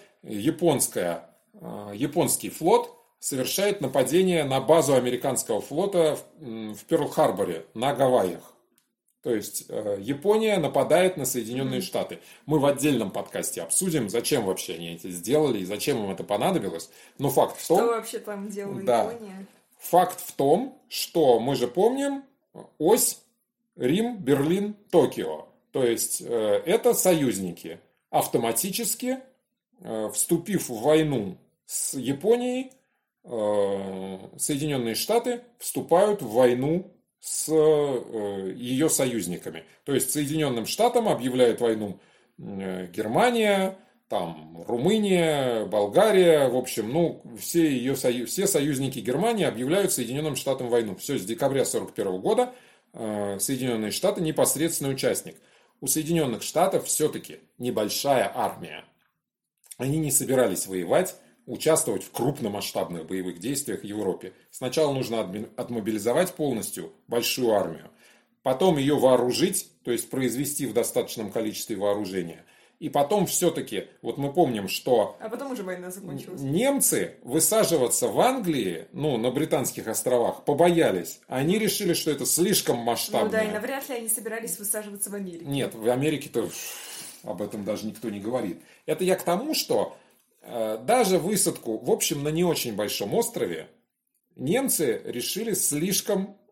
[SPEAKER 2] японский флот совершает нападение на базу американского флота в Пёрл-Харборе на Гавайях. То есть Япония нападает на Соединенные Штаты. Мы в отдельном подкасте обсудим, зачем вообще они это сделали и зачем им это понадобилось. Но факт в том...
[SPEAKER 1] Что вообще там делала Япония?
[SPEAKER 2] Факт в том, что мы же помним ось Рим, Берлин, Токио. То есть это союзники. Автоматически, вступив в войну с Японией, Соединенные Штаты вступают в войну с ее союзниками. То есть Соединенным Штатам объявляют войну Германия, там Румыния, Болгария, в общем, все союзники Германии объявляют Соединенным Штатам войну. Все, с декабря 1941 года Соединенные Штаты непосредственный участник. У Соединенных Штатов все-таки небольшая армия. Они не собирались воевать, участвовать в крупномасштабных боевых действиях в Европе. Сначала нужно отмобилизовать полностью большую армию, потом ее вооружить, то есть произвести в достаточном количестве вооружения. И потом все-таки, вот мы помним, что
[SPEAKER 1] а потом уже война закончилась.
[SPEAKER 2] Немцы высаживаться в Англии, на Британских островах, побоялись. Они решили, что это слишком масштабно.
[SPEAKER 1] И навряд ли они собирались высаживаться в Америке.
[SPEAKER 2] Нет, в Америке-то об этом даже никто не говорит. Это я к тому, что даже высадку, в общем, на не очень большом острове немцы решили слишком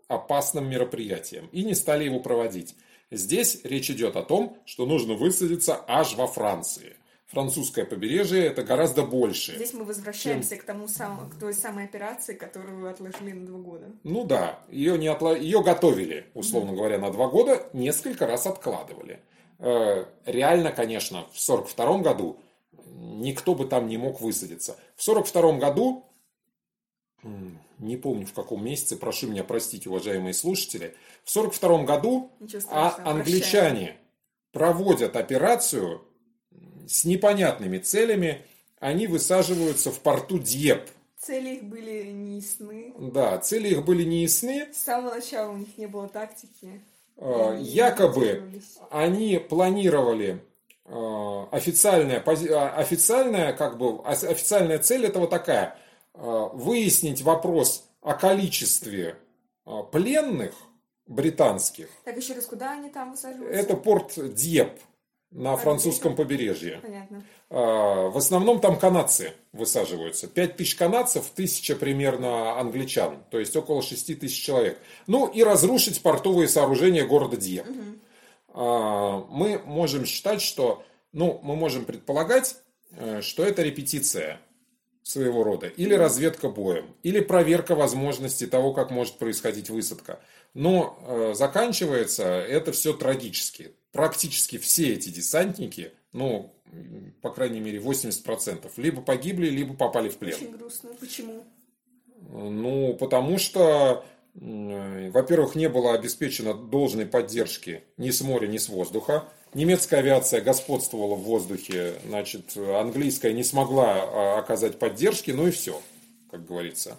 [SPEAKER 2] опасным мероприятием и не стали его проводить. Здесь речь идет о том, что нужно высадиться аж во Франции. Французское побережье это гораздо больше.
[SPEAKER 1] Здесь мы возвращаемся к той самой операции, которую отложили на 2 года.
[SPEAKER 2] Ну да, ее готовили, условно говоря, на 2 года, несколько раз откладывали. Реально, конечно, в 1942 году никто бы там не мог высадиться. В 1942 году, не помню в каком месяце, прошу меня простить, уважаемые слушатели, в 1942 году англичане проводят операцию с непонятными целями, они высаживаются в порту Дьепп.
[SPEAKER 1] Цели их были не ясны.
[SPEAKER 2] Да, цели их были не ясны.
[SPEAKER 1] С самого начала у них не было тактики.
[SPEAKER 2] Якобы они планировали официальная цель этого такая: выяснить вопрос о количестве пленных британских.
[SPEAKER 1] Так, еще раз, куда они там высаживаются?
[SPEAKER 2] Это порт Дьепп на французском побережье.
[SPEAKER 1] Понятно.
[SPEAKER 2] В основном там канадцы высаживаются. 5000 канадцев, 1000 примерно англичан. То есть около 6000 человек. Ну и разрушить портовые сооружения города Дьепп. Мы можем считать, что... мы можем предполагать, что это репетиция своего рода. Или разведка боем. Или проверка возможности того, как может происходить высадка. Но заканчивается это все трагически. Практически все эти десантники, по крайней мере 80%, либо погибли, либо попали в плен.
[SPEAKER 1] Очень грустно. Почему?
[SPEAKER 2] Потому что, во-первых, не было обеспечено должной поддержки ни с моря, ни с воздуха. Немецкая авиация господствовала в воздухе, английская не смогла оказать поддержки, и все, как говорится.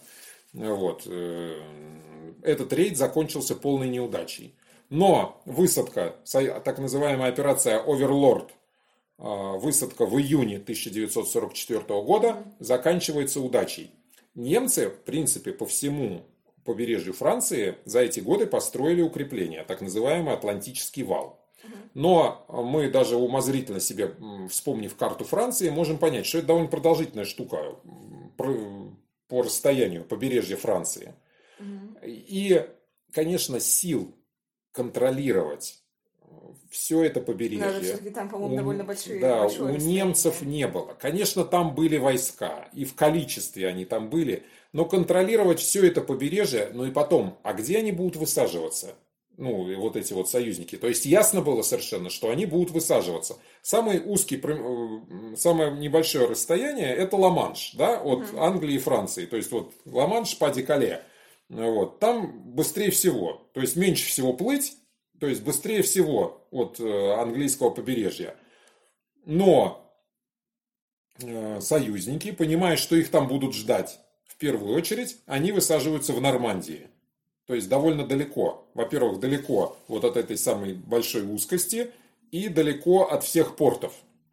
[SPEAKER 2] Этот рейд закончился полной неудачей. Но высадка, так называемая операция «Оверлорд», высадка в июне 1944 года заканчивается удачей. Немцы, в принципе, по всему побережью Франции за эти годы построили укрепления, так называемый Атлантический вал. Но мы даже умозрительно себе, вспомнив карту Франции, можем понять, что это довольно продолжительная штука по расстоянию побережья Франции. И, конечно, сил контролировать все это побережье.
[SPEAKER 1] Там, по-моему, довольно большое
[SPEAKER 2] у немцев не было. Конечно, там были войска, и в количестве они там были, но контролировать все это побережье, и потом, а где они будут высаживаться? Эти союзники. То есть ясно было совершенно, что они будут высаживаться. Самый узкий, самое небольшое расстояние это Ла-Манш, да, от Англии и Франции. То есть Ла-Манш, Па-де-Кале. Там быстрее всего, то есть меньше всего плыть, то есть быстрее всего от английского побережья. Но союзники, понимая, что их там будут ждать, в первую очередь, они высаживаются в Нормандии. То есть довольно далеко. Во-первых, далеко от этой самой большой узкости и далеко от всех портов.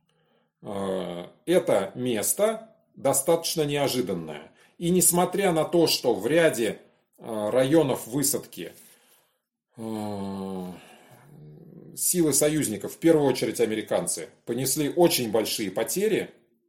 [SPEAKER 2] Это место достаточно неожиданное. И несмотря на то, что в ряде районов высадки силы союзников, в первую очередь американцы, понесли очень большие потери,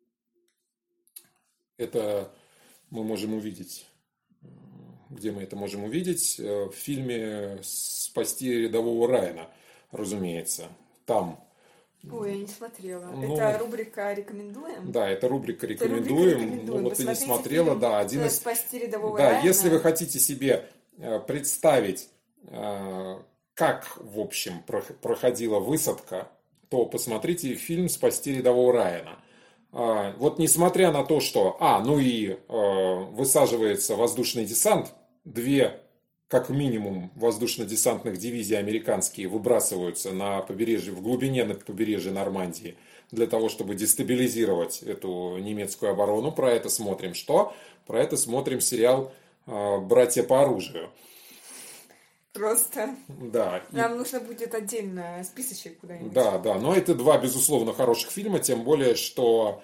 [SPEAKER 2] это мы можем увидеть. Где мы это можем увидеть? В фильме «Спасти рядового Райана», разумеется. Там.
[SPEAKER 1] Ой, я не смотрела. Это рубрика «Рекомендуем»?
[SPEAKER 2] Да, это рубрика «Рекомендуем». Ты не смотрела, да.
[SPEAKER 1] «Спасти рядового Райана».
[SPEAKER 2] Да, если вы хотите себе представить, как, в общем, проходила высадка, то посмотрите фильм «Спасти рядового Райана». Несмотря на то, что, высаживается воздушный десант, 2, как минимум, воздушно-десантных дивизий американские выбрасываются на побережье, в глубине побережья Нормандии, для того, чтобы дестабилизировать эту немецкую оборону. Про это смотрим что? Про это смотрим сериал «Братья по оружию».
[SPEAKER 1] Просто.
[SPEAKER 2] Да.
[SPEAKER 1] Нам нужно будет отдельно списочек куда-нибудь.
[SPEAKER 2] Да, но это 2, безусловно, хороших фильма, тем более, что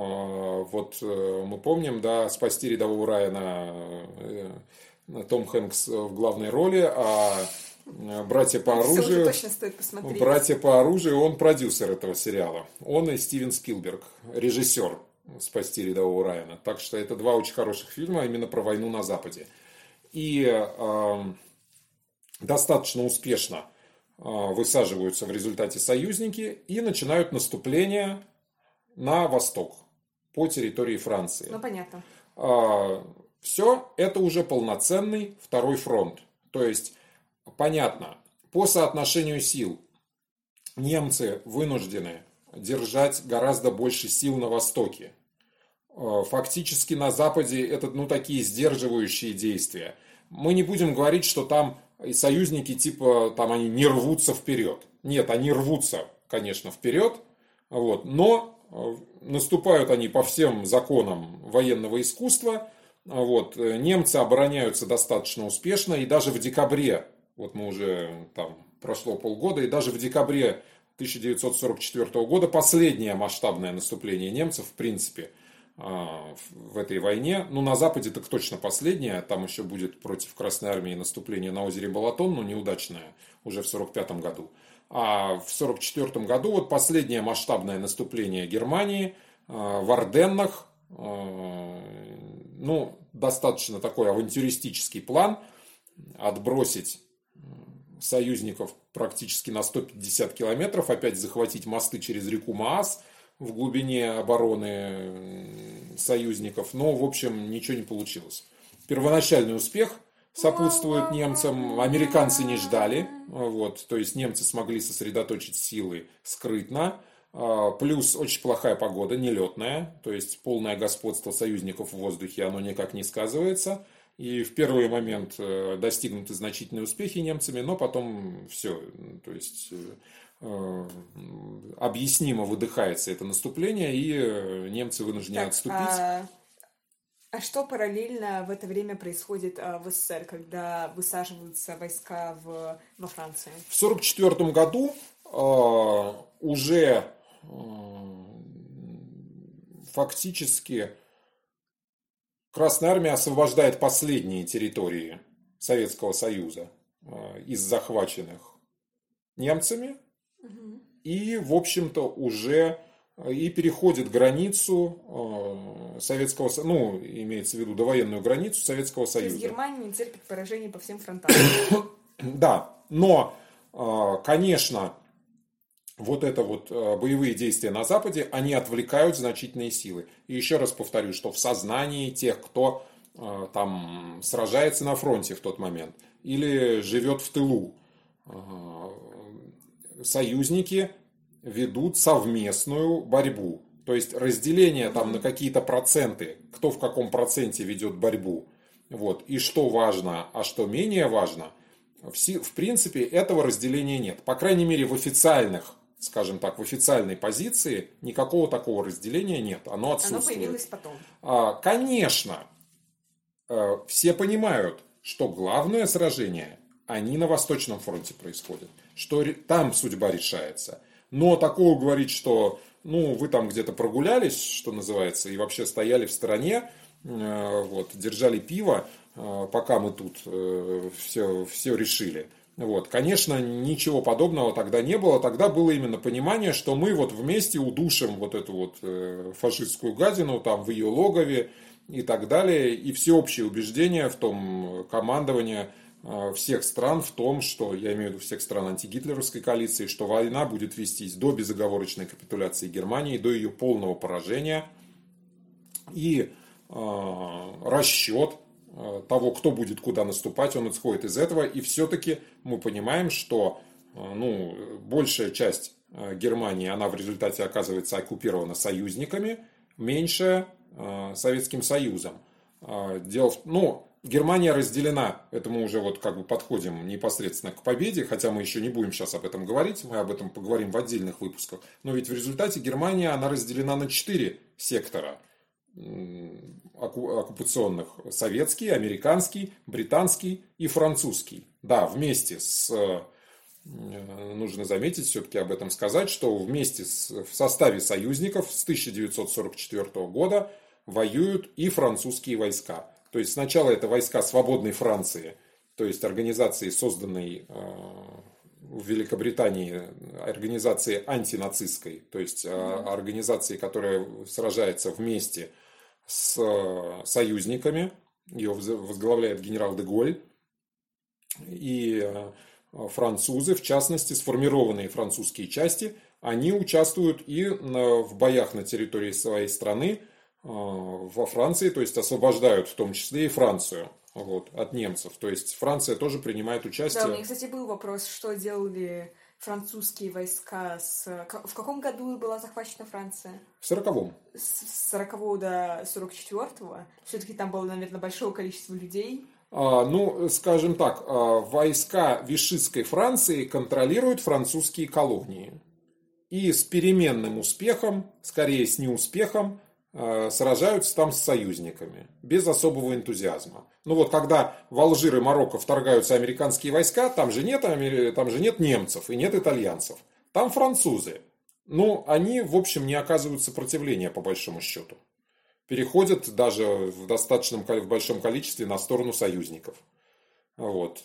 [SPEAKER 2] мы помним, да, «Спасти рядового Райана», Том Хэнкс в главной роли, а «Братья по оружию»,
[SPEAKER 1] точно стоит посмотреть.
[SPEAKER 2] «Братья по оружию», он продюсер этого сериала. Он и Стивен Спилберг, режиссер «Спасти рядового Райана». Так что это 2 очень хороших фильма именно про войну на Западе. И достаточно успешно высаживаются в результате союзники и начинают наступление на восток по территории Франции.
[SPEAKER 1] Ну, понятно.
[SPEAKER 2] Все, это уже полноценный второй фронт. То есть, понятно, по соотношению сил немцы вынуждены держать гораздо больше сил на востоке. Фактически на западе это такие сдерживающие действия. Мы не будем говорить, что там союзники типа там они не рвутся вперед. Нет, они рвутся, конечно, вперед, но наступают они по всем законам военного искусства. Немцы обороняются достаточно успешно, и даже в декабре, мы уже там прошло полгода, и даже в декабре 1944 года последнее масштабное наступление немцев, в принципе, в этой войне. На Западе так точно последнее. Там еще будет против Красной Армии наступление на озере Балатон, но неудачное, уже в 1945 году. А в 1944 году последнее масштабное наступление Германии в Арденнах. Достаточно такой авантюристический план. Отбросить союзников практически на 150 километров, опять захватить мосты через реку Маас в глубине обороны союзников. Но, в общем, ничего не получилось. Первоначальный успех сопутствует немцам. Американцы не ждали. То есть немцы смогли сосредоточить силы скрытно. Плюс очень плохая погода, нелетная. То есть полное господство союзников в воздухе, оно никак не сказывается. И в первый момент достигнуты значительные успехи немцами, но потом все. То есть объяснимо выдыхается это наступление, и немцы вынуждены отступить.
[SPEAKER 1] А что параллельно в это время происходит в СССР, когда высаживаются войска во Франции?
[SPEAKER 2] В 1944 году уже фактически Красная Армия освобождает последние территории Советского Союза из захваченных немцами. И, в общем-то, уже и переходит границу Советского Союза, имеется в виду довоенную границу Советского Союза.
[SPEAKER 1] То есть Германия не терпит поражений по всем фронтам.
[SPEAKER 2] Да, но, конечно, боевые действия на Западе, они отвлекают значительные силы. И еще раз повторю, что в сознании тех, кто там сражается на фронте в тот момент или живет в тылу, союзники ведут совместную борьбу. То есть разделение там на какие-то проценты, кто в каком проценте ведет борьбу, и что важно, а что менее важно, в принципе этого разделения нет. По крайней мере в официальных, скажем так, в официальной позиции никакого такого разделения нет. Оно отсутствует.
[SPEAKER 1] Оно появилось потом.
[SPEAKER 2] Конечно, все понимают, что главное сражение, они на Восточном фронте происходят, что там судьба решается. Но такого говорить, что вы там где-то прогулялись, что называется, и вообще стояли в стороне, держали пиво, пока мы тут все решили. Конечно, ничего подобного тогда не было. Тогда было именно понимание, что мы вместе удушим эту фашистскую гадину там в ее логове и так далее. И всеобщее убеждение в том командование всех стран в том, что, я имею в виду всех стран антигитлеровской коалиции, что война будет вестись до безоговорочной капитуляции Германии, до ее полного поражения. И расчет того, кто будет куда наступать, он исходит из этого. И все-таки мы понимаем, что большая часть Германии, она в результате оказывается оккупирована союзниками, меньшая Советским Союзом. Германия разделена, это мы уже подходим непосредственно к победе, хотя мы еще не будем сейчас об этом говорить, мы об этом поговорим в отдельных выпусках. Но ведь в результате Германия, она разделена на 4 сектора оккупационных: советский, американский, британский и французский. Да, вместе с, нужно заметить, все-таки об этом сказать, что вместе в составе союзников с 1944 года воюют и французские войска. То есть сначала это войска свободной Франции, то есть организации, созданной в Великобритании, организации антинацистской, то есть организации, которая сражается вместе с союзниками, ее возглавляет генерал де Голь. И французы, в частности, сформированные французские части, они участвуют и в боях на территории своей страны во Франции, то есть освобождают в том числе и Францию вот, от немцев. То есть Франция тоже принимает участие.
[SPEAKER 1] Да, у меня, кстати, был вопрос, что делали французские войска В каком году была захвачена Франция?
[SPEAKER 2] В 40-м.
[SPEAKER 1] С 40-го до 44-го? Все-таки там было, наверное, большое количество людей.
[SPEAKER 2] Ну, скажем так, войска Вишистской Франции контролируют французские колонии. И с переменным успехом, скорее с неуспехом, сражаются там с союзниками. Без особого энтузиазма. Ну вот, когда в Алжир и Марокко вторгаются американские войска, там же нет немцев и нет итальянцев. Там французы. Ну, они, в общем, не оказывают сопротивления, по большому счету. Переходят даже в достаточном в большом количестве на сторону союзников. Вот.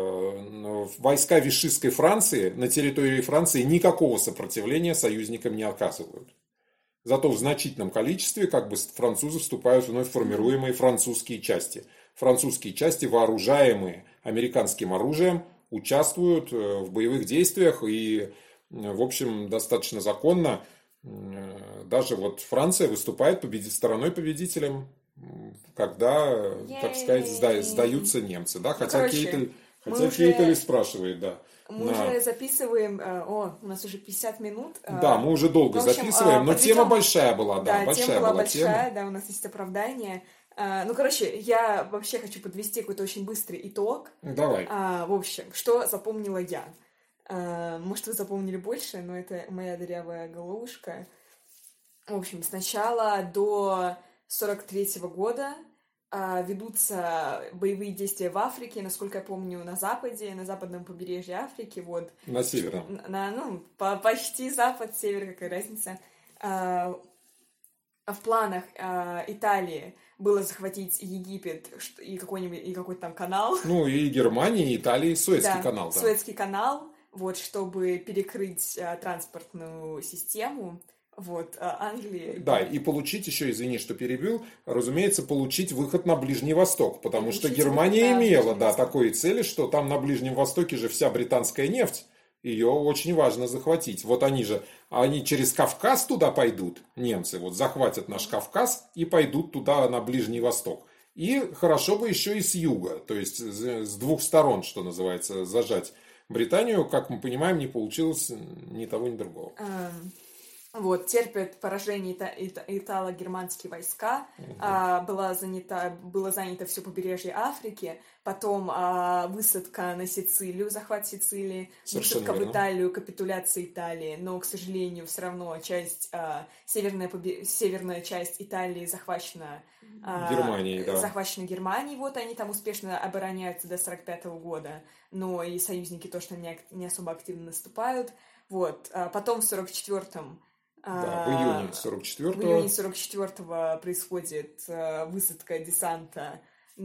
[SPEAKER 2] Войска Вишистской Франции на территории Франции никакого сопротивления союзникам не оказывают. Зато в значительном количестве французы вступают в вновь формируемые французские части. Французские части, вооружаемые американским оружием, участвуют в боевых действиях и, в общем, достаточно законно. Даже вот Франция выступает стороной-победителем, когда, так сказать, сдаются немцы. Да? Хотя Кейтель спрашивает, да.
[SPEAKER 1] Мы уже записываем, у нас уже 50 минут.
[SPEAKER 2] Да, мы уже долго записываем, но тема большая была. Да,
[SPEAKER 1] тема была большая, да, у нас есть оправдание. Я вообще хочу подвести какой-то очень быстрый итог.
[SPEAKER 2] Давай.
[SPEAKER 1] В общем, что запомнила я? Может, вы запомнили больше, но это моя дырявая головушка. В общем, сначала до 43-го года ведутся боевые действия в Африке, насколько я помню, на западе, на западном побережье Африки, вот.
[SPEAKER 2] На северном.
[SPEAKER 1] Почти запад, север, какая разница. В планах Италии было захватить Египет и какой-то там канал.
[SPEAKER 2] Ну, и Германии, и Италии, Суэцкий канал. Да,
[SPEAKER 1] Суэцкий канал, вот, чтобы перекрыть транспортную систему. Вот, Англии.
[SPEAKER 2] Да, и получить еще, извини, что перебил, разумеется, получить выход на Ближний Восток, потому что Германия имела, такой цели, что там на Ближнем Востоке же вся британская нефть, ее очень важно захватить. Вот они через Кавказ туда пойдут, немцы, вот захватят наш Кавказ и пойдут туда на Ближний Восток. И хорошо бы еще и с юга, то есть с двух сторон, что называется, зажать Британию, как мы понимаем, не получилось ни того, ни другого.
[SPEAKER 1] Вот, терпят поражение итало-германские войска, было занято все побережье Африки, потом высадка на Сицилию, захват Сицилии, высадка в Италию, капитуляция Италии, но, к сожалению, все равно северная часть Италии захвачена
[SPEAKER 2] Германией,
[SPEAKER 1] захвачена Германией, вот они там успешно обороняются до 45-го года, но и союзники тоже не особо активно наступают, вот, потом в 44-м
[SPEAKER 2] в июне
[SPEAKER 1] 44-го происходит высадка десанта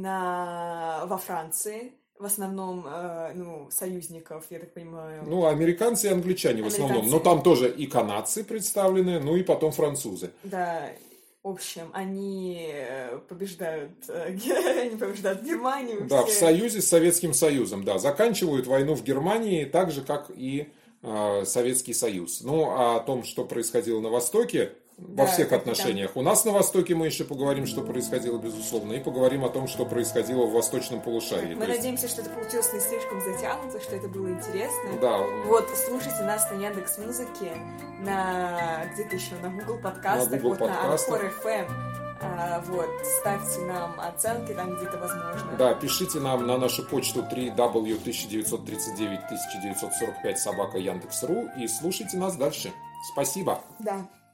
[SPEAKER 1] во Франции, в основном, союзников, я так понимаю.
[SPEAKER 2] Американцы и англичане в основном, но там тоже и канадцы представлены, и потом французы.
[SPEAKER 1] Да, в общем, они побеждают Германию.
[SPEAKER 2] Да, в союзе с Советским Союзом, заканчивают войну в Германии так же, как и Советский Союз. О том, что происходило на Востоке, во всех отношениях. У нас на Востоке мы еще поговорим, что происходило, безусловно, и поговорим о том, что происходило в Восточном полушарии.
[SPEAKER 1] Мы надеемся, что это получилось не слишком затянуто, что это было интересно.
[SPEAKER 2] Да.
[SPEAKER 1] Вот, слушайте нас на Яндекс.Музыке, где-то еще на Google подкастах, на Anchor FM. Вот, ставьте нам оценки там где-то возможно.
[SPEAKER 2] Да, пишите нам на нашу почту www.1939-1945 @Яндекс.ру и слушайте нас дальше. Спасибо.
[SPEAKER 1] Да.